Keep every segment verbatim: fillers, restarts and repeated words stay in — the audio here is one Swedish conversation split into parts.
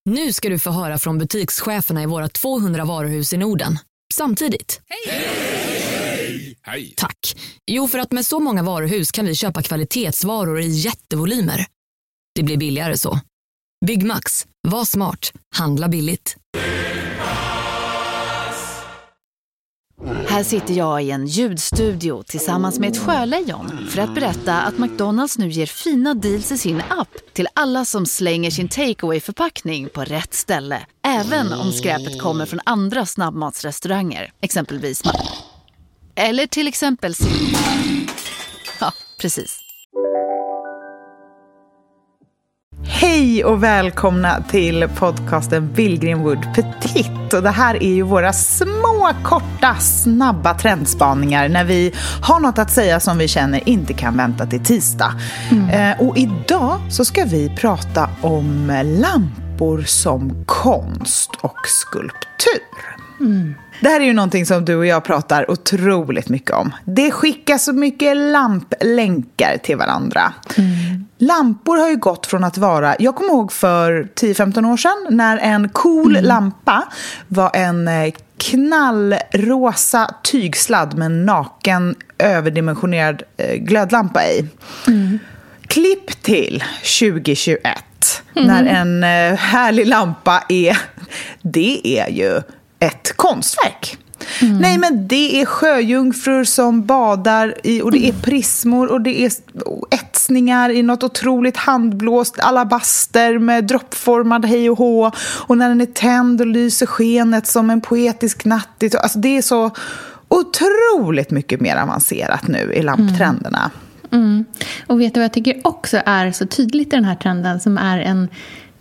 Nu ska du få höra från butikscheferna i våra tvåhundra varuhus i Norden. Samtidigt. Hej! Hej! Hej! Tack. Jo, för att med så många varuhus kan vi köpa kvalitetsvaror i jättevolymer. Det blir billigare så. Byggmax. Var smart. Handla billigt. Här sitter jag i en ljudstudio tillsammans med ett sjölejon för att berätta att McDonalds nu ger fina deals i sin app till alla som slänger sin takeaway-förpackning på rätt ställe. Även om skräpet kommer från andra snabbmatsrestauranger, exempelvis. Eller till exempel... Ja, precis. Hej och välkomna till podcasten Billgren Wood Petit. Och det här är ju våra små, korta, snabba trendspaningar när vi har något att säga som vi känner inte kan vänta till tisdag. Mm. Eh, och idag så ska vi prata om lampor som konst och skulptur. Mm. Det här är ju någonting som du och jag pratar otroligt mycket om. Det skickas så mycket lamplänkar till varandra. Mm. Lampor har ju gått från att vara... Jag kommer ihåg för tio femton år sedan när en cool mm. lampa var en knallrosa tygsladd med en naken överdimensionerad glödlampa i. Mm. Klipp till tjugo tjugoett mm. när en härlig lampa är... Det är ju... ett konstverk. Mm. Nej, men det är sjöjungfrur som badar i, och det är prismor och det är etsningar i något otroligt handblåst alabaster med droppformad hej och hå, och när den är tänd och lyser skenet som en poetisk natt. Alltså det är så otroligt mycket mer avancerat nu i lamptrenderna. Mm. Mm. Och vet du vad jag tycker också är så tydligt i den här trenden, som är en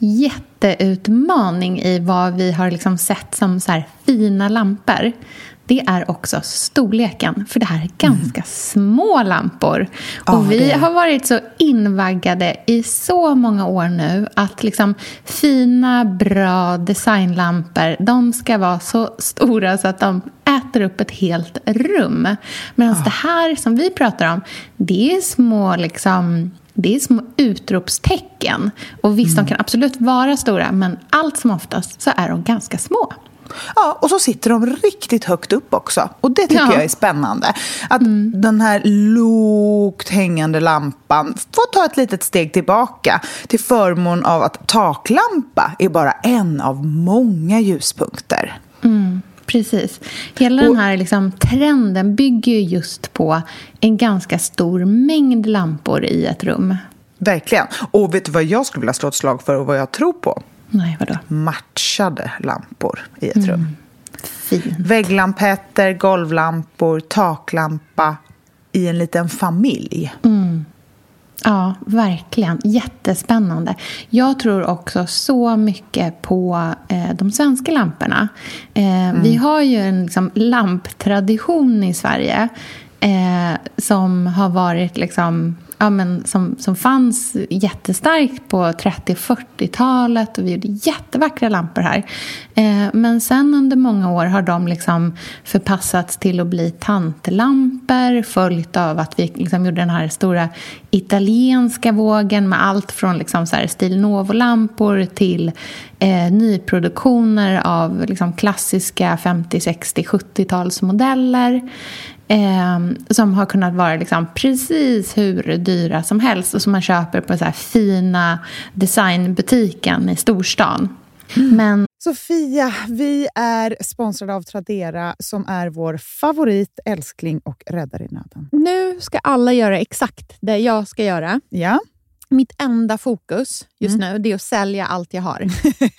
jätteutmaning i vad vi har liksom sett som så här fina lampor. Det är också storleken, för det här är ganska mm. små lampor. Och oh, vi det. har varit så invaggade i så många år nu att liksom fina, bra designlampor, de ska vara så stora så att de äter upp ett helt rum. Medan oh. det här som vi pratar om, det är små liksom... Det är små utropstecken. Och visst, mm. de kan absolut vara stora, men allt som oftast så är de ganska små. Ja, och så sitter de riktigt högt upp också. Och det tycker ja. jag är spännande. Att mm. den här lågt hängande lampan får ta ett litet steg tillbaka till förmån av att taklampa är bara en av många ljuspunkter. Mm. Precis. Hela och, den här liksom, trenden bygger ju just på en ganska stor mängd lampor i ett rum. Verkligen. Och vet du vad jag skulle vilja slå ett slag för och vad jag tror på? Nej, vadå? Matchade lampor i ett mm. rum. Fint. Vägglampetter, golvlampor, taklampa i en liten familj. Mm. Ja, verkligen. Jättespännande. Jag tror också så mycket på eh, de svenska lamporna. Eh, mm. Vi har ju en liksom, lamptradition i Sverige eh, som har varit liksom... Ja, men som, som fanns jättestarkt på trettio-fyrtiotalet, och vi gjorde jättevackra lampor här. Eh, men sen under många år har de liksom förpassats till att bli tantlampor, följt av att vi liksom gjorde den här stora italienska vågen med allt från liksom så här Stil Novo-lampor till eh, nyproduktioner av liksom klassiska femtio-, sextio-, sjuttio-talsmodeller. Eh, som har kunnat vara liksom precis hur dyra som helst och som man köper på så här fina designbutiken i storstan. Mm. Men Sofia, vi är sponsrade av Tradera som är vår favorit, älskling och räddare i nöden. Nu ska alla göra exakt det jag ska göra. Ja. Mitt enda fokus just mm. nu, det är att sälja allt jag har.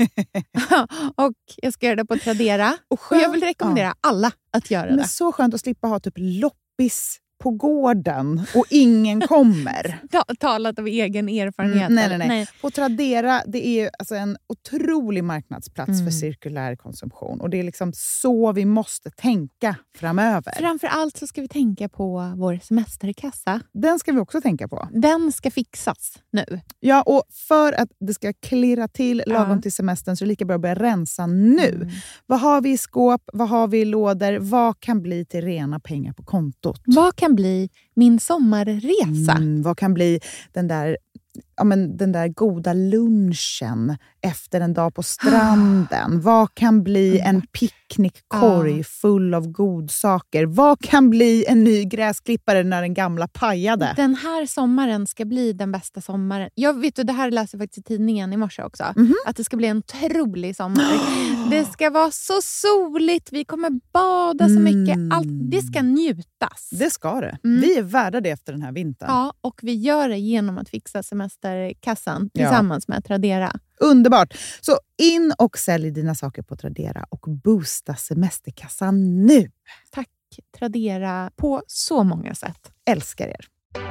Och jag ska göra det på Tradera. Och, skönt, och jag vill rekommendera ja. alla att göra det. Men så skönt att slippa ha typ loppis på gården och ingen kommer. Talat av egen erfarenhet. Mm, nej, nej, nej, nej. På Tradera, det är alltså en otrolig marknadsplats mm. för cirkulär konsumtion. Och det är liksom så vi måste tänka framöver. Framförallt så ska vi tänka på vår semesterkassa. Den ska vi också tänka på. Den ska fixas nu. Ja, och för att det ska klirra till lagom ja. till semestern så är det lika bra att börja rensa nu. Mm. Vad har vi i skåp? Vad har vi i lådor? Vad kan bli till rena pengar på kontot? Vad kan bli min sommarresa? Mm, vad kan bli den där ja, men den där goda lunchen efter en dag på stranden? Vad kan bli en picknickkorg full av godsaker? Vad kan bli en ny gräsklippare när den gamla pajade? Den här sommaren ska bli den bästa sommaren. Jag vet, och det här läser jag faktiskt i tidningen i morse också. Mm-hmm. Att det ska bli en otrolig sommar. Det ska vara så soligt. Vi kommer bada så mycket. Allt, det ska njutas. Det ska det. Mm. Vi är värda det efter den här vintern. Ja, och vi gör det genom att fixa semesterkassan tillsammans ja. med Tradera. Underbart! Så in och sälj dina saker på Tradera och boosta semesterkassan nu. Tack Tradera på så många sätt. Älskar er.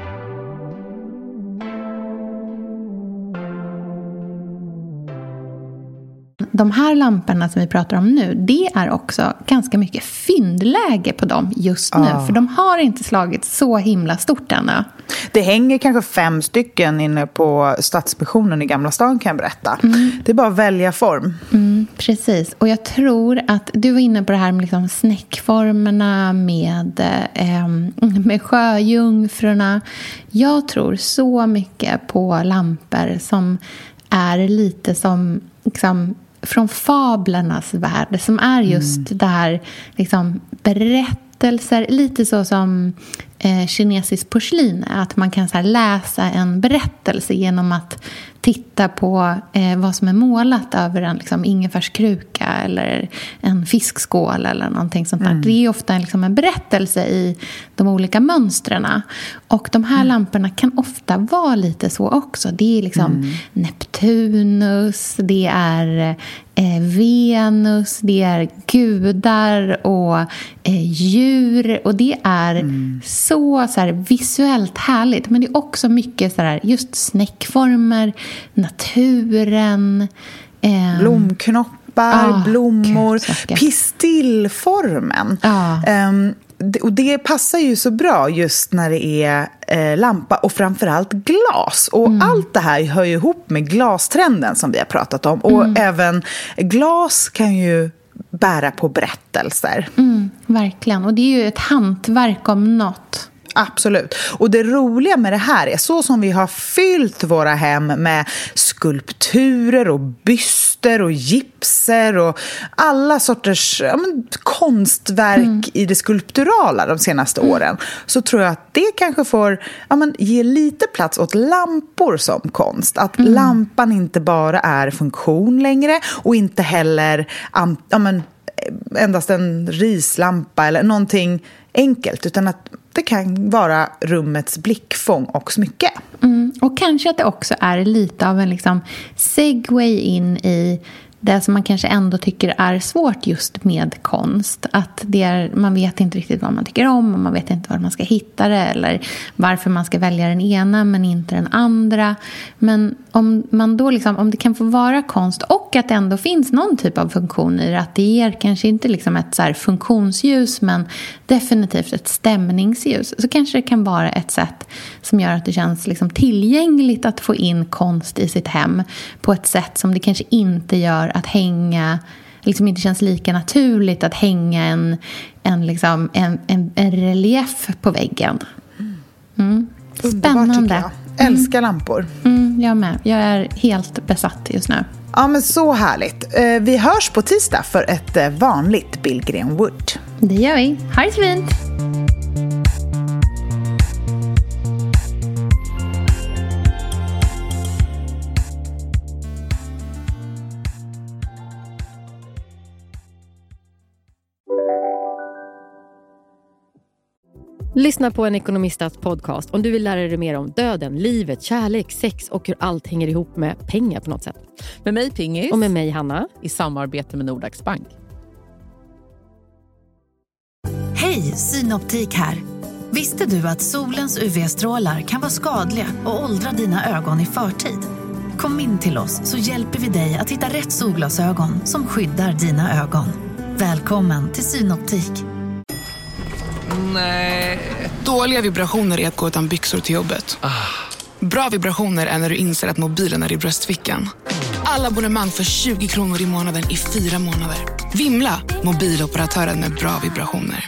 De här lamporna som vi pratar om nu, det är också ganska mycket fyndläge på dem just nu. Ah. För de har inte slagit så himla stort ännu. Det hänger kanske fem stycken inne på Stadsmissionen i Gamla stan, kan jag berätta. Mm. Det är bara att välja form. Mm, precis. Och jag tror att du var inne på det här med liksom snäckformerna, med, eh, med sjöjungfrurna. Jag tror så mycket på lampor som är lite som... Liksom, från fablernas värld, som är just mm. det här liksom, berättelser, lite så som eh, kinesisk porslin, att man kan så här, läsa en berättelse genom att titta på eh, vad som är målat över en liksom, ingefärskruka eller en fiskskål eller någonting sånt där. Mm. Det är ofta liksom, en berättelse i de olika mönstren. Och de här mm. lamporna kan ofta vara lite så också. Det är liksom mm. Neptunus, det är eh, Venus, det är gudar och eh, djur. Och det är mm. så, så här, visuellt härligt. Men det är också mycket så här, just snäckformer, naturen, eh, blomknoppar, ah, blommor, Gud, pistillformen. Ah. Um, det, och det passar ju så bra just när det är eh, lampa och framförallt glas. Och mm. allt det här hör ju ihop med glastrenden som vi har pratat om. Och mm. även glas kan ju bära på berättelser. Mm, verkligen. Och det är ju ett hantverk om något. Absolut. Och det roliga med det här är så som vi har fyllt våra hem med skulpturer och byster och gipser och alla sorters ja, men, konstverk mm. i det skulpturala de senaste mm. åren, så tror jag att det kanske får ja, men, ge lite plats åt lampor som konst. Att mm. lampan inte bara är funktion längre och inte heller ja, men, endast en rislampa eller någonting enkelt, utan att det kan vara rummets blickfång och smycke. Mm, och kanske att det också är lite av en liksom segway in i det som man kanske ändå tycker är svårt just med konst. Att det är, man vet inte riktigt vad man tycker om och man vet inte var man ska hitta det eller varför man ska välja den ena men inte den andra. Men om man då liksom, om det kan få vara konst och att det ändå finns någon typ av funktion i det, att det ger kanske inte liksom ett så här funktionsljus men definitivt ett stämningsljus, så kanske det kan vara ett sätt som gör att det känns liksom tillgängligt att få in konst i sitt hem på ett sätt som det kanske inte gör att hänga, liksom inte känns lika naturligt att hänga en, en, liksom, en, en, en relief på väggen. Mm. Spännande. Jag. Älskar mm. lampor. Mm, jag med. Jag är helt besatt just nu. Ja, men så härligt. Vi hörs på tisdag för ett vanligt Billgren Wood. Det gör vi. Ha det så fint. Lyssna på en ekonomistats podcast om du vill lära dig mer om döden, livet, kärlek, sex och hur allt hänger ihop med pengar på något sätt. Med mig Pingis. Och med mig Hanna. I samarbete med Nordax Bank. Hej, Synoptik här. Visste du att solens U V-strålar kan vara skadliga och åldra dina ögon i förtid? Kom in till oss så hjälper vi dig att hitta rätt solglasögon som skyddar dina ögon. Välkommen till Synoptik. Nej. Dåliga vibrationer är att gå utan byxor till jobbet. Ah. Bra vibrationer är när du inser att mobilen är i bröstfickan. Alla abonnemang för tjugo kronor i månaden i fyra månader. Vimla, mobiloperatören med bra vibrationer.